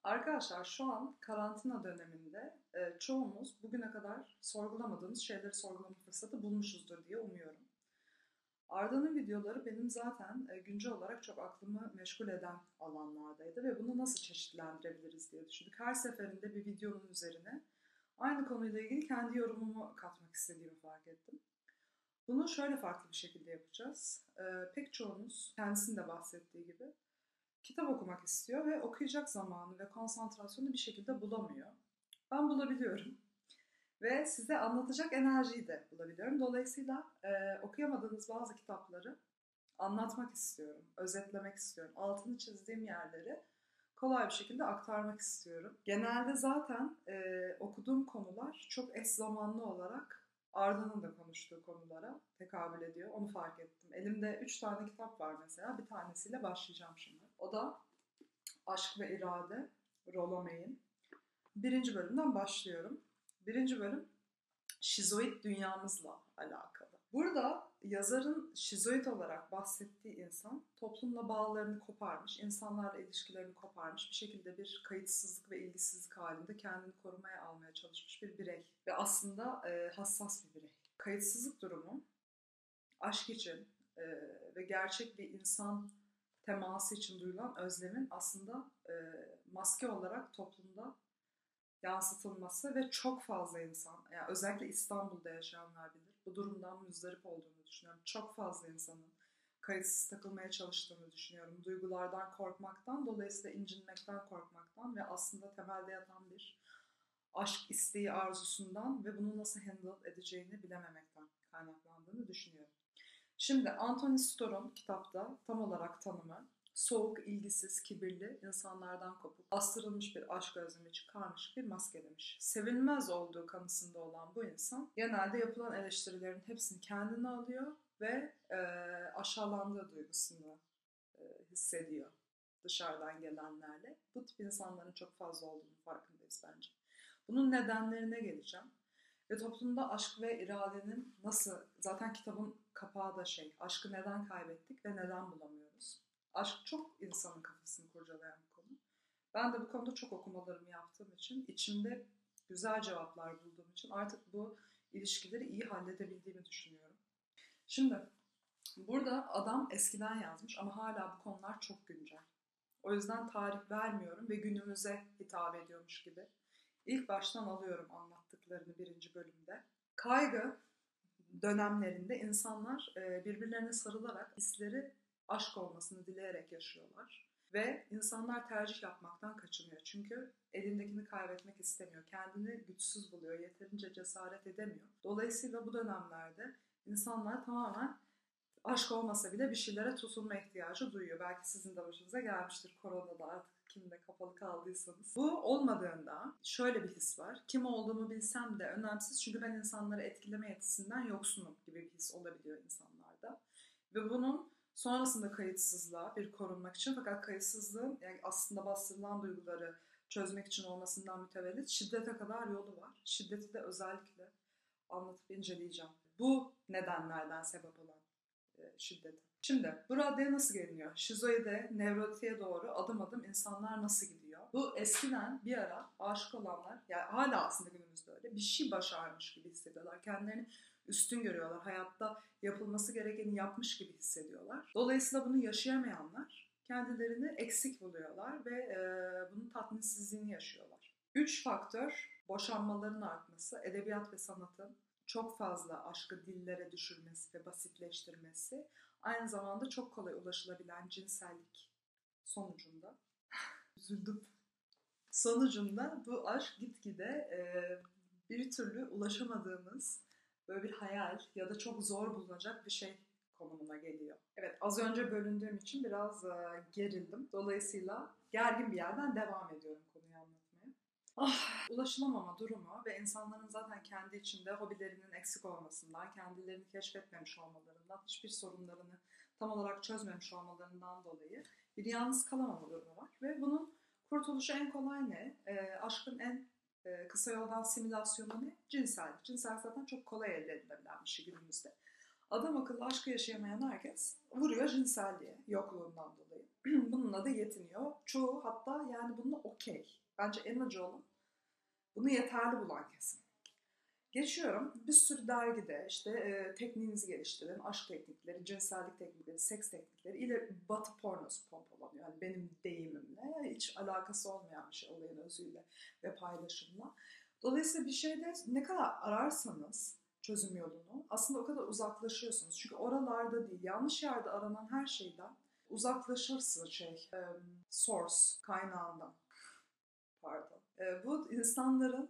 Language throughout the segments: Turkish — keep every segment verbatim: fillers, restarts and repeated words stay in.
Arkadaşlar şu an karantina döneminde e, çoğumuz bugüne kadar sorgulamadığımız şeyleri sorgulama fırsatı bulmuşuzdur diye umuyorum. Arda'nın videoları benim zaten e, güncel olarak çok aklımı meşgul eden alanlardaydı ve bunu nasıl çeşitlendirebiliriz diye düşündük. Her seferinde bir videonun üzerine aynı konuyla ilgili kendi yorumumu katmak istediğimi fark ettim. Bunu şöyle farklı bir şekilde yapacağız. E, pek çoğunuz kendisinin de bahsettiği gibi kitap okumak istiyor ve okuyacak zamanı ve konsantrasyonu bir şekilde bulamıyor. Ben bulabiliyorum ve size anlatacak enerjiyi de bulabiliyorum. Dolayısıyla e, okuyamadığınız bazı kitapları anlatmak istiyorum, özetlemek istiyorum. Altını çizdiğim yerleri kolay bir şekilde aktarmak istiyorum. Genelde zaten e, okuduğum konular çok eş zamanlı olarak Arda'nın da konuştuğu konulara tekabül ediyor. Onu fark ettim. Elimde üç tane kitap var mesela. Bir tanesiyle başlayacağım şimdi. O da Aşk ve İrade, Rollo May'in. Birinci bölümden başlıyorum. Birinci bölüm şizoid dünyamızla alakalı. Burada yazarın şizoid olarak bahsettiği insan toplumla bağlarını koparmış, insanlarla ilişkilerini koparmış, bir şekilde bir kayıtsızlık ve ilgisizlik halinde kendini korumaya almaya çalışmış bir birey. Ve aslında e, hassas bir birey. Kayıtsızlık durumu aşk için e, ve gerçek bir insan teması için duyulan özlemin aslında e, maske olarak toplumda yansıtılması ve çok fazla insan, yani özellikle İstanbul'da yaşayanlar bilir, bu durumdan müzdarip olduğunu düşünüyorum. Çok fazla insanın kayıtsız takılmaya çalıştığını düşünüyorum. Duygulardan korkmaktan, dolayısıyla incinmekten korkmaktan ve aslında temelde yatan bir aşk isteği arzusundan ve bunu nasıl handle edeceğini bilememekten kaynaklandığını düşünüyorum. Şimdi Anthony Storr'un kitapta tam olarak tanımı, soğuk, ilgisiz, kibirli, insanlardan kopuk, bastırılmış bir aşk özlemi çıkarmış bir maske demiş. Sevilmez olduğu kanısında olan bu insan genelde yapılan eleştirilerin hepsini kendine alıyor ve e, aşağılandığı duygusunu e, hissediyor dışarıdan gelenlerle. Bu tip insanların çok fazla olduğunu farkındayız bence. Bunun nedenlerine geleceğim. Ve toplumda aşk ve iradenin nasıl, zaten kitabın kapağı da şey, aşkı neden kaybettik ve neden bulamıyoruz? Aşk çok insanın kafasını kurcalayan bir konu. Ben de bu konuda çok okumalarımı yaptığım için, içimde güzel cevaplar bulduğum için artık bu ilişkileri iyi halledebildiğimi düşünüyorum. Şimdi burada adam eskiden yazmış ama hala bu konular çok güncel. O yüzden tarih vermiyorum ve günümüze hitap ediyormuş gibi. İlk baştan alıyorum anlattıklarını birinci bölümde. Kaygı dönemlerinde insanlar birbirlerine sarılarak hisleri aşk olmasını dileyerek yaşıyorlar. Ve insanlar tercih yapmaktan kaçınıyor. Çünkü elindekini kaybetmek istemiyor. Kendini güçsüz buluyor, yeterince cesaret edemiyor. Dolayısıyla bu dönemlerde insanlar tamamen aşk olmasa bile bir şeylere tutunma ihtiyacı duyuyor. Belki sizin de başınıza gelmiştir koronada artık kimde kapalı kaldıysanız. Bu olmadığında şöyle bir his var. Kim olduğumu bilsem de önemsiz çünkü ben insanları etkileme yetisinden yoksunum gibi bir his olabiliyor insanlarda. Ve bunun sonrasında kayıtsızlığa bir korunmak için, fakat kayıtsızlığın yani aslında bastırılan duyguları çözmek için olmasından mütevellit şiddete kadar yolu var. Şiddeti de özellikle anlatıp inceleyeceğim. Bu nedenlerden sebep olan şiddeti. Şimdi bu raddeye nasıl geliniyor? Şizoide, nevrotiğe doğru adım adım insanlar nasıl gidiyor? Bu eskiden bir ara aşık olanlar, yani hala aslında günümüzde öyle, bir şey başarmış gibi hissediyorlar. Kendilerini üstün görüyorlar. Hayatta yapılması gerekeni yapmış gibi hissediyorlar. Dolayısıyla bunu yaşayamayanlar kendilerini eksik buluyorlar ve e, bunun tatminsizliğini yaşıyorlar. Üç faktör: boşanmaların artması, edebiyat ve sanatın çok fazla aşkı dillere düşürmesi ve basitleştirmesi, aynı zamanda çok kolay ulaşılabilen cinsellik sonucunda üzüldüm. Sonucunda bu aşk gitgide e, bir türlü ulaşamadığımız böyle bir hayal ya da çok zor bulunacak bir şey konumuna geliyor. Evet, az önce bölündüğüm için biraz e, gerildim. Dolayısıyla gergin bir yerden devam ediyorum konuyu anlatmaya. Ah, ulaşılamama durumu ve insanların zaten kendi içinde hobilerinin eksik olmasından, kendilerini keşfetmemiş olmalarından, hiçbir sorunlarını tam olarak çözmemiş olmalarından dolayı bir yalnız kalamama durumu var. Ve bunun kurtuluşu en kolay ne? E, aşkın en e, kısa yoldan simülasyonu ne? Cinsellik. Cinsellik zaten çok kolay elde edilebilen bir şey günümüzde. Adam akıllı aşkı yaşayamayan herkes vuruyor cinselliğe yokluğundan dolayı. Bununla da yetiniyor. Çoğu hatta yani bununla okey. Bence en acı olan bunu yeterli bulan kesim. Geçiyorum. Bir sürü dergide işte e, tekniğinizi geliştirin, aşk teknikleri, cinsellik teknikleri, seks teknikleri ile batı pornosu pompalanıyor. Yani benim deyimimle hiç alakası olmayan bir şey olayın özüyle ve paylaşımla. Dolayısıyla bir şeyde ne kadar ararsanız çözüm yolunu aslında o kadar uzaklaşıyorsunuz. Çünkü oralarda değil, yanlış yerde aranan her şeyden uzaklaşırsın şey, e, source, kaynağından. Pardon. E, bu insanların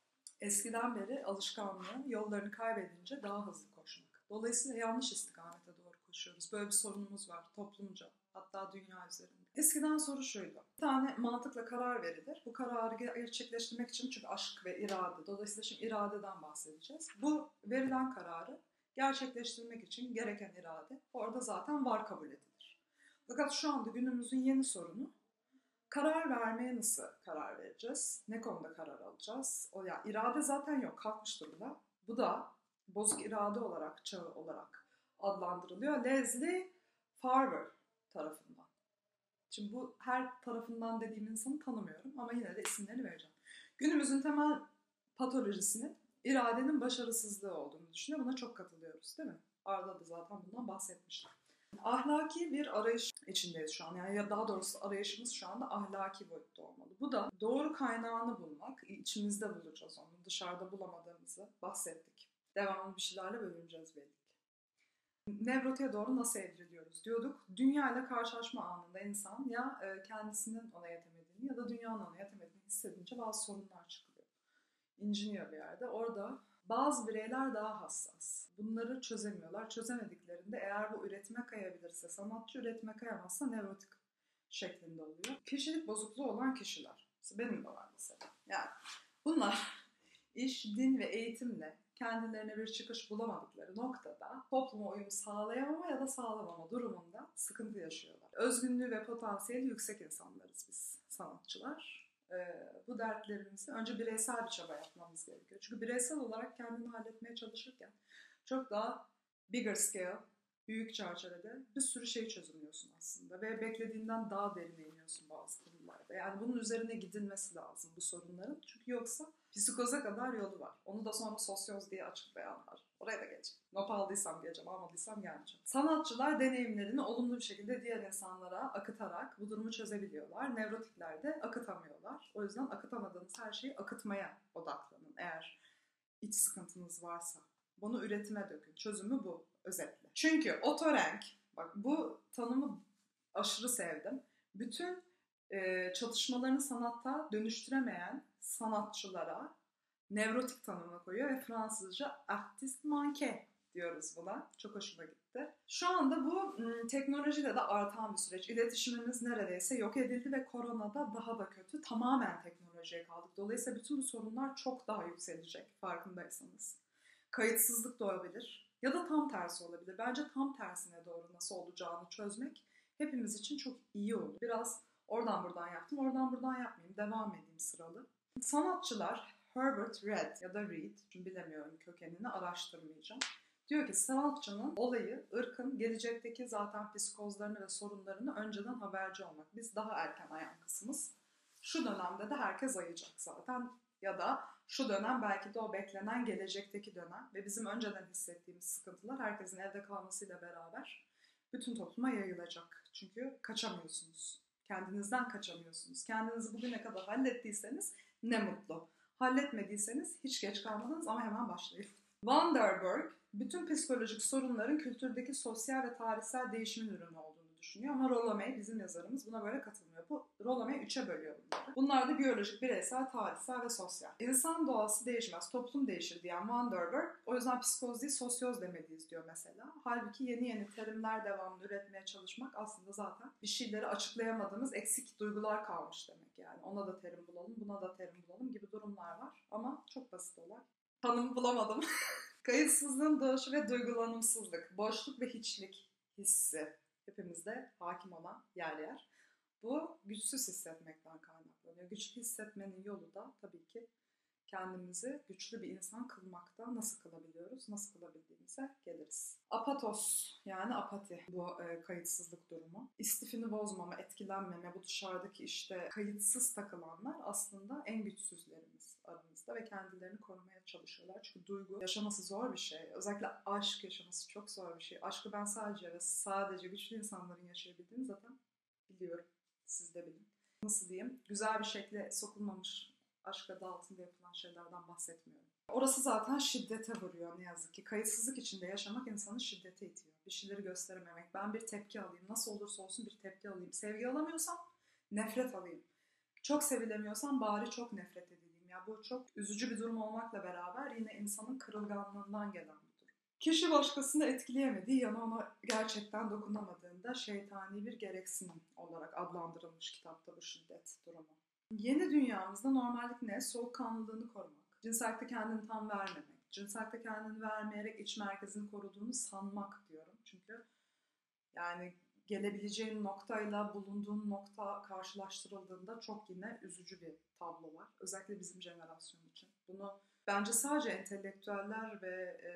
eskiden beri alışkanlığı yollarını kaybedince daha hızlı koşmak. Dolayısıyla yanlış istikamete doğru koşuyoruz. Böyle bir sorunumuz var toplumca, hatta dünya üzerinde. Eskiden soru şuydu. Bir tane mantıkla karar verilir. Bu kararı gerçekleştirmek için çünkü aşk ve irade. Dolayısıyla şimdi iradeden bahsedeceğiz. Bu verilen kararı gerçekleştirmek için gereken irade orada zaten var kabul edilir. Fakat şu anda günümüzün yeni sorunu karar vermeye nasıl karar vereceğiz? Ne konuda karar alacağız? O ya irade zaten yok, kalkmış durumda. Bu da bozuk irade olarak, çağı olarak adlandırılıyor. Leslie Farber tarafından. Şimdi bu her tarafından dediğim insanı tanımıyorum ama yine de isimlerini vereceğim. Günümüzün temel patolojisinin iradenin başarısızlığı olduğunu düşünüyor. Buna çok katılıyoruz, değil mi? Arda da zaten bundan bahsetmişti. Ahlaki bir arayış içindeyiz şu an. Yani ya daha doğrusu arayışımız şu anda ahlaki boyutta olmalı. Bu da doğru kaynağını bulmak. İçimizde bulacağız onu. Dışarıda bulamadığımızı bahsettik. Devamlı bir şeylerle bölüneceğiz belli ki. Nevrotiğe doğru nasıl evriliyoruz diyorduk. Dünya ile karşılaşma anında insan ya kendisinin ona yetemediğini ya da dünyanın ona yetemediğini hissedince bazı sorunlar çıkıyor. İnciniyor bir yerde. Orada bazı bireyler daha hassas. Bunları çözemiyorlar. Çözemediklerinde eğer bu üretime kayabilirse, sanatçı üretime kayamazsa nevrotik şeklinde oluyor. Kişilik bozukluğu olan kişiler. Benim de var mesela. Yani bunlar iş, din ve eğitimle kendilerine bir çıkış bulamadıkları noktada topluma uyum sağlayamama ya da sağlamama durumunda sıkıntı yaşıyorlar. Özgünlüğü ve potansiyeli yüksek insanlarız biz sanatçılar. Ee, bu dertlerimizi önce bireysel bir çaba yapmamız gerekiyor. Çünkü bireysel olarak kendini halletmeye çalışırken çok daha bigger scale, büyük çerçevede bir sürü şey çözümlüyorsun aslında ve beklediğinden daha derine iniyorsun bazı konularda. Yani bunun üzerine gidilmesi lazım bu sorunların. Çünkü yoksa psikoza kadar yolu var. Onu da sonra sosyoz diye açıklayanlar. Oraya da geleceğim. Not aldıysam geleceğim, almadıysam gelmeyeceğim. Sanatçılar deneyimlerini olumlu bir şekilde diğer insanlara akıtarak bu durumu çözebiliyorlar. Nevrotikler de akıtamıyorlar. O yüzden akıtamadığınız her şeyi akıtmaya odaklanın eğer iç sıkıntınız varsa. Bunu üretime dökün. Çözümü bu özetle. Çünkü otorenk, bak bu tanımı aşırı sevdim. Bütün e, çatışmalarını sanatta dönüştüremeyen sanatçılara nevrotik tanımını koyuyor ve Fransızca artiste manqué diyoruz buna. Çok hoşuma gitti. Şu anda bu teknolojide de artan bir süreç. İletişimimiz neredeyse yok edildi ve koronada daha da kötü. Tamamen teknolojiye kaldık. Dolayısıyla bütün bu sorunlar çok daha yükselecek farkındaysanız. Kayıtsızlık da olabilir ya da tam tersi olabilir. Bence tam tersine doğru nasıl olacağını çözmek hepimiz için çok iyi olur. Biraz oradan buradan yaptım, oradan buradan yapmayayım. Devam edeyim sıralı. Sanatçılar Herbert Reed ya da Reed, çünkü bilemiyorum kökenini, araştırmayacağım. Diyor ki sanatçının olayı ırkın gelecekteki zaten psikozlarını ve sorunlarını önceden haberci olmak. Biz daha erken ayan kısmız. Şu dönemde de herkes ayacak zaten ya da şu dönem belki de o beklenen gelecekteki dönem ve bizim önceden hissettiğimiz sıkıntılar herkesin evde kalmasıyla beraber bütün topluma yayılacak. Çünkü kaçamıyorsunuz. Kendinizden kaçamıyorsunuz. Kendinizi bugüne kadar hallettiyseniz ne mutlu. Halletmediyseniz hiç geç kalmadınız ama hemen başlayın. Van der Berg bütün psikolojik sorunların kültürdeki sosyal ve tarihsel değişimin ürünü olduğunu düşünüyor ama Rollo May, bizim yazarımız, buna böyle katılmıyor. Bu Rollo May üçe bölüyor bunları. Bunlar da biyolojik, bireysel, tarihsel ve sosyal. İnsan doğası değişmez, toplum değişir diyen Van der Berg, o yüzden psikoz değil sosyoz demeliyiz diyor mesela. Halbuki yeni yeni terimler devamlı üretmeye çalışmak aslında zaten bir şeyleri açıklayamadığımız eksik duygular kalmış demek yani. Ona da terim bulalım, buna da terim bulalım gibi durumlar var ama çok basit olay. Tanımı bulamadım. Kayıtsızlığın doğuşu ve duygulanımsızlık, boşluk ve hiçlik hissi hepimizde hakim olan yer yer. Bu güçsüz hissetmekten kaynaklanıyor. Güçlü hissetmenin yolu da tabii ki kendimizi güçlü bir insan kılmakta nasıl kılabiliyoruz, nasıl kılabildiğimize geliriz. Apatos yani apati bu e, kayıtsızlık durumu. İstifini bozmama, etkilenmeme, bu dışarıdaki işte kayıtsız takılanlar aslında en güçsüzlerimiz aramızda ve kendilerini korumaya çalışıyorlar. Çünkü duygu yaşaması zor bir şey. Özellikle aşk yaşaması çok zor bir şey. Aşkı ben sadece ve sadece güçlü insanların yaşayabildiğini zaten biliyorum. Siz de bilin. Nasıl diyeyim? Güzel bir şekilde sokulmamış aşk adı altında yapılan şeylerden bahsetmiyorum. Orası zaten şiddete vuruyor ne yazık ki. Kayıtsızlık içinde yaşamak insanı şiddete itiyor. Bir şeyleri gösterememek. Ben bir tepki alayım. Nasıl olursa olsun bir tepki alayım. Sevgi alamıyorsam nefret alayım. Çok sevilemiyorsam bari çok nefret edeyim. Ya bu çok üzücü bir durum olmakla beraber yine insanın kırılganlığından gelen bir durum. Kişi başkasını etkileyemediği yana ona gerçekten dokunamadığında şeytani bir gereksinim olarak adlandırılmış kitapta bu şiddet durumu. Yeni dünyamızda normallik ne? Soğukkanlılığını korumak, cinsellikte kendini tam vermemek, cinsellikte kendini vermeyerek iç merkezini koruduğunu sanmak diyorum. Çünkü yani gelebileceğin noktayla bulunduğun nokta karşılaştırıldığında çok yine üzücü bir tablo var. Özellikle bizim jenerasyon için. Bunu bence sadece entelektüeller ve e,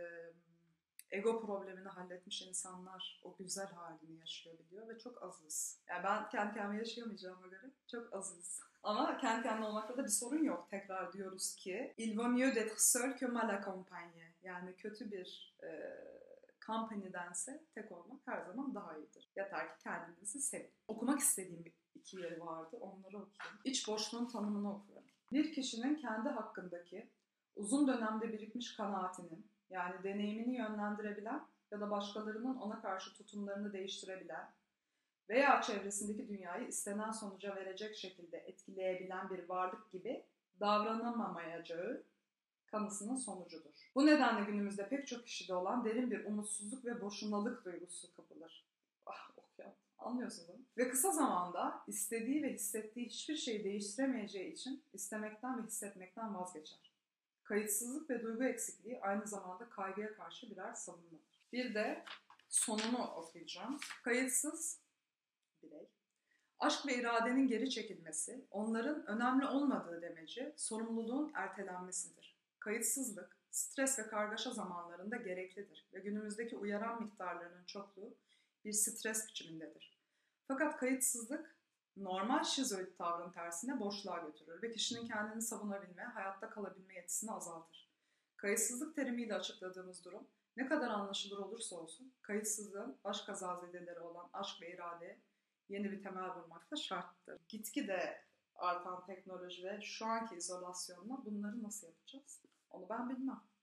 ego problemini halletmiş insanlar o güzel halini yaşayabiliyor ve çok azız. Yani ben kendi kendime yaşayamayacağıma göre çok azız. Ama kendi kendine olmakta da bir sorun yok. Tekrar diyoruz ki il vaut mieux d'être seul que mal accompagné. Yani kötü bir e, company'dense tek olmak her zaman daha iyidir. Yeter ki kendinizi sevin. Okumak istediğim iki yeri vardı. Onları okuyayım. İç boşluğun tanımını okuyorum. Bir kişinin kendi hakkındaki uzun dönemde birikmiş kanaatinin, yani deneyimini yönlendirebilen ya da başkalarının ona karşı tutumlarını değiştirebilen veya çevresindeki dünyayı istenen sonuca verecek şekilde etkileyebilen bir varlık gibi davranamamayacağı kanısının sonucudur. Bu nedenle günümüzde pek çok kişide olan derin bir umutsuzluk ve boşunalık duygusu kapılır. Ah, okuyalım. Anlıyorsunuz değil mi? Ve kısa zamanda istediği ve hissettiği hiçbir şeyi değiştiremeyeceği için istemekten ve hissetmekten vazgeçer. Kayıtsızlık ve duygu eksikliği aynı zamanda kaygıya karşı birer savunmadır. Bir de sonunu okuyacağım. Kayıtsız birey, aşk ve iradenin geri çekilmesi, onların önemli olmadığı demeci, sorumluluğun ertelenmesidir. Kayıtsızlık, stres ve kargaşa zamanlarında gereklidir ve günümüzdeki uyaran miktarlarının çokluğu bir stres biçimindedir. Fakat kayıtsızlık, normal şizoid tavrın tersine boşluğa götürür ve kişinin kendini savunabilme, hayatta kalabilme yetisini azaltır. Kayıtsızlık terimiyle açıkladığımız durum, ne kadar anlaşılır olursa olsun, kayıtsızlığın baş kazazedeleri olan aşk ve iradeye yeni bir temel vurmak da şarttır. Gitgide artan teknoloji ve şu anki izolasyonla bunları nasıl yapacağız? Onu ben bilmem.